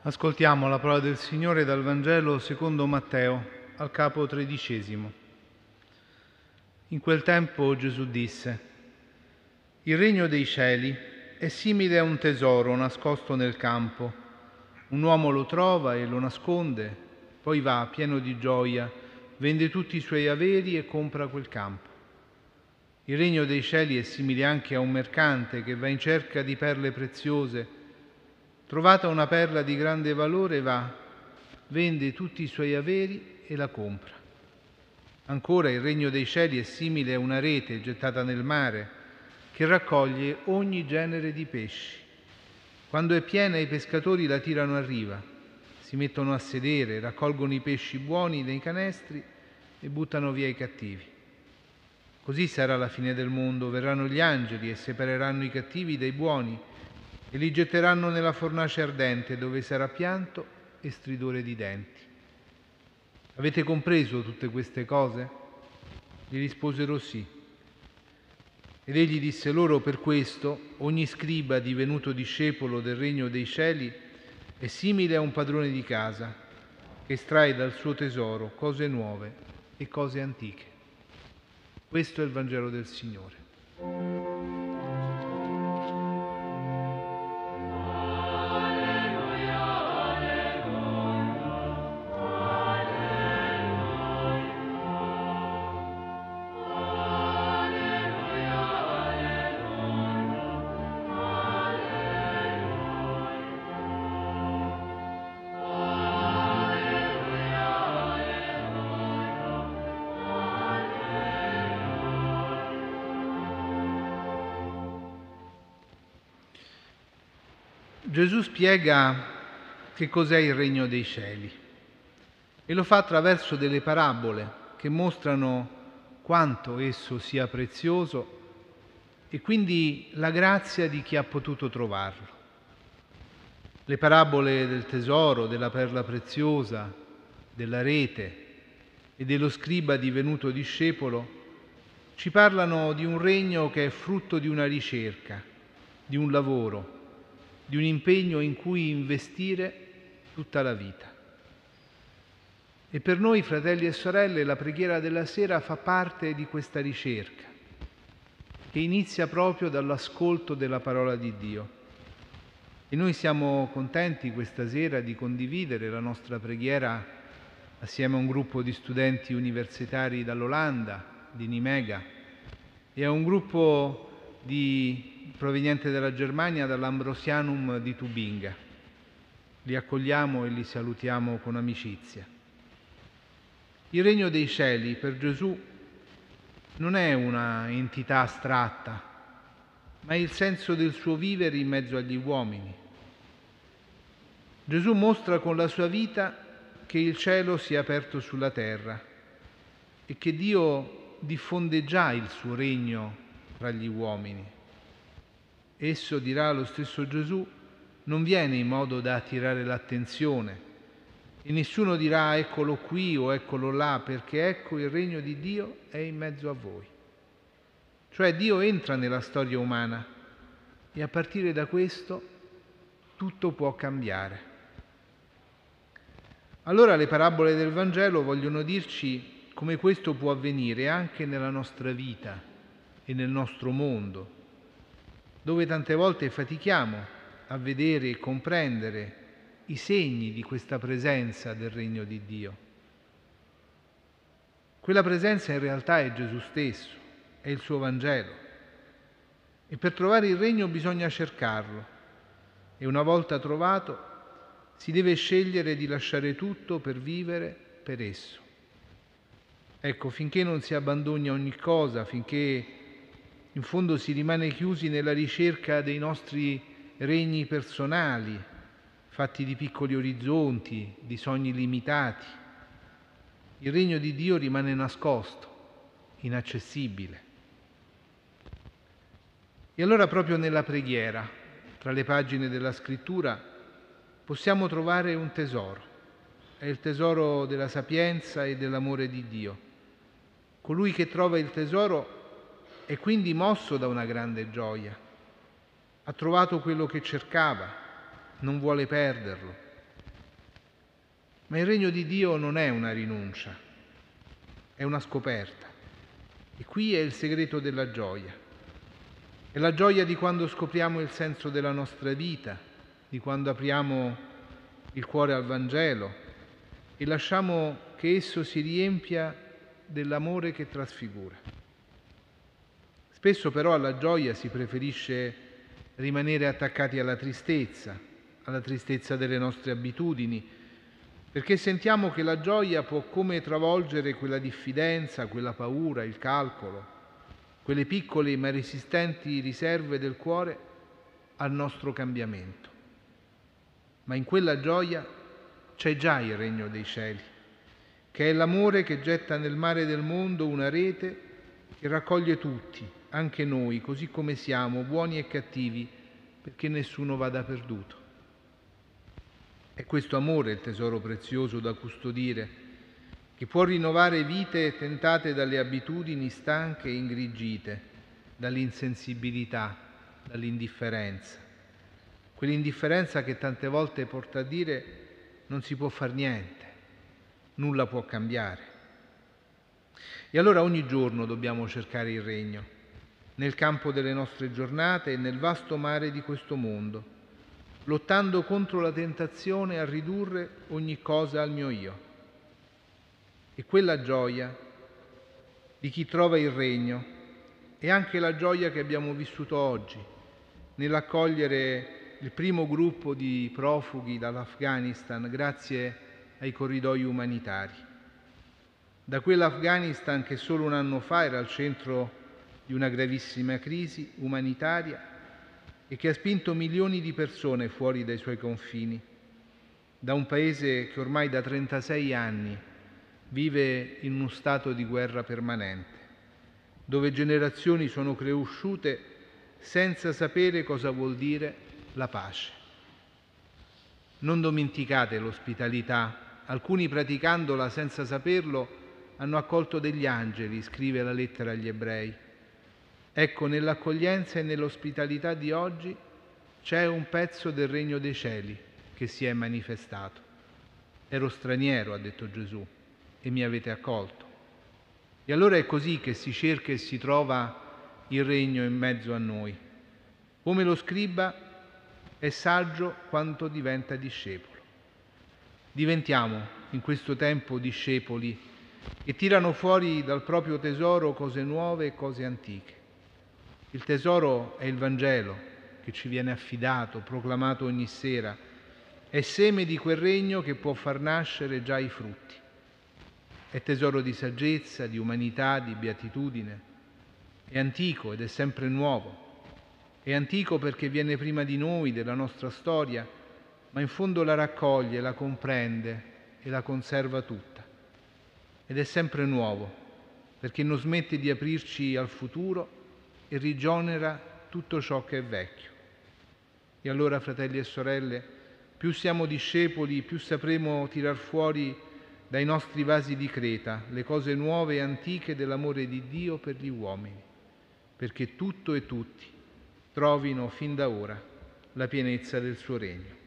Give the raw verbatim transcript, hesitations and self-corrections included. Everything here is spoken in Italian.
Ascoltiamo la parola del Signore dal Vangelo secondo Matteo, al capo tredicesimo. In quel tempo Gesù disse: «Il regno dei cieli è simile a un tesoro nascosto nel campo. Un uomo lo trova e lo nasconde, poi va, pieno di gioia, vende tutti i suoi averi e compra quel campo. Il regno dei cieli è simile anche a un mercante che va in cerca di perle preziose. Trovata una perla di grande valore, va, vende tutti i suoi averi e la compra. Ancora, il regno dei cieli è simile a una rete gettata nel mare che raccoglie ogni genere di pesci. Quando è piena, i pescatori la tirano a riva, si mettono a sedere, raccolgono i pesci buoni nei canestri e buttano via i cattivi. Così sarà la fine del mondo. Verranno gli angeli e separeranno i cattivi dai buoni e li getteranno nella fornace ardente, dove sarà pianto e stridore di denti. Avete compreso tutte queste cose?» Gli risposero sì. Ed egli disse loro: «Per questo ogni scriba divenuto discepolo del regno dei cieli è simile a un padrone di casa che estrae dal suo tesoro cose nuove e cose antiche». Questo è il Vangelo del Signore. Gesù spiega che cos'è il regno dei cieli e lo fa attraverso delle parabole che mostrano quanto esso sia prezioso e quindi la grazia di chi ha potuto trovarlo. Le parabole del tesoro, della perla preziosa, della rete e dello scriba divenuto discepolo ci parlano di un regno che è frutto di una ricerca, di un lavoro, di un impegno in cui investire tutta la vita. E per noi, fratelli e sorelle, la preghiera della sera fa parte di questa ricerca, che inizia proprio dall'ascolto della parola di Dio. E noi siamo contenti questa sera di condividere la nostra preghiera assieme a un gruppo di studenti universitari dall'Olanda, di Nimega, e a un gruppo di proveniente dalla Germania, dall'Ambrosianum di Tubinga. Li accogliamo e li salutiamo con amicizia. Il regno dei cieli per Gesù non è una entità astratta, ma è il senso del suo vivere in mezzo agli uomini. Gesù mostra con la sua vita che il cielo si è aperto sulla terra e che Dio diffonde già il suo regno tra gli uomini. Esso, dirà lo stesso Gesù, non viene in modo da attirare l'attenzione e nessuno dirà eccolo qui o eccolo là, perché ecco il regno di Dio è in mezzo a voi. Cioè Dio entra nella storia umana e a partire da questo tutto può cambiare. Allora le parabole del Vangelo vogliono dirci come questo può avvenire anche nella nostra vita e nel nostro mondo, dove tante volte fatichiamo a vedere e comprendere i segni di questa presenza del regno di Dio. Quella presenza in realtà è Gesù stesso, è il suo Vangelo. E per trovare il regno bisogna cercarlo e una volta trovato si deve scegliere di lasciare tutto per vivere per esso. Ecco, finché non si abbandoni ogni cosa, finché in fondo si rimane chiusi nella ricerca dei nostri regni personali, fatti di piccoli orizzonti, di sogni limitati, il regno di Dio rimane nascosto, inaccessibile. E allora proprio nella preghiera, tra le pagine della Scrittura, possiamo trovare un tesoro. È il tesoro della sapienza e dell'amore di Dio. Colui che trova il tesoro è quindi mosso da una grande gioia. Ha trovato quello che cercava, non vuole perderlo Ma il regno di Dio non è una rinuncia, è una scoperta. E qui è il segreto della gioia. È la gioia di quando scopriamo il senso della nostra vita, di quando apriamo il cuore al Vangelo e lasciamo che esso si riempia dell'amore che trasfigura. Spesso però alla gioia si preferisce rimanere attaccati alla tristezza, alla tristezza delle nostre abitudini, perché sentiamo che la gioia può come travolgere quella diffidenza, quella paura, il calcolo, quelle piccole ma resistenti riserve del cuore al nostro cambiamento. Ma in quella gioia c'è già il regno dei cieli, che è l'amore che getta nel mare del mondo una rete che raccoglie tutti, anche noi, così come siamo, buoni e cattivi, perché nessuno vada perduto. È questo amore il tesoro prezioso da custodire, che può rinnovare vite tentate dalle abitudini stanche e ingrigite, dall'insensibilità, dall'indifferenza. Quell'indifferenza che tante volte porta a dire non si può far niente, nulla può cambiare. E allora ogni giorno dobbiamo cercare il regno, nel campo delle nostre giornate e nel vasto mare di questo mondo, lottando contro la tentazione a ridurre ogni cosa al mio io. E quella gioia di chi trova il regno è anche la gioia che abbiamo vissuto oggi nell'accogliere il primo gruppo di profughi dall'Afghanistan grazie ai corridoi umanitari. Da quell'Afghanistan che solo un anno fa era al centro di una gravissima crisi umanitaria e che ha spinto milioni di persone fuori dai suoi confini, da un paese che ormai da trentasei anni vive in uno stato di guerra permanente, dove generazioni sono cresciute senza sapere cosa vuol dire la pace. Non dimenticate l'ospitalità. Alcuni, praticandola senza saperlo, hanno accolto degli angeli, scrive la lettera agli Ebrei. Ecco, nell'accoglienza e nell'ospitalità di oggi c'è un pezzo del regno dei cieli che si è manifestato. Ero straniero, ha detto Gesù, e mi avete accolto. E allora è così che si cerca e si trova il regno in mezzo a noi. Come lo scriba è saggio quanto diventa discepolo. Diventiamo in questo tempo discepoli che tirano fuori dal proprio tesoro cose nuove e cose antiche. Il tesoro è il Vangelo che ci viene affidato, proclamato ogni sera. È seme di quel regno che può far nascere già i frutti. È tesoro di saggezza, di umanità, di beatitudine. È antico ed è sempre nuovo. È antico perché viene prima di noi, della nostra storia, ma in fondo la raccoglie, la comprende e la conserva tutta. Ed è sempre nuovo perché non smette di aprirci al futuro e rigenera tutto ciò che è vecchio. E allora, fratelli e sorelle, più siamo discepoli, più sapremo tirar fuori dai nostri vasi di creta le cose nuove e antiche dell'amore di Dio per gli uomini, perché tutto e tutti trovino fin da ora la pienezza del suo regno.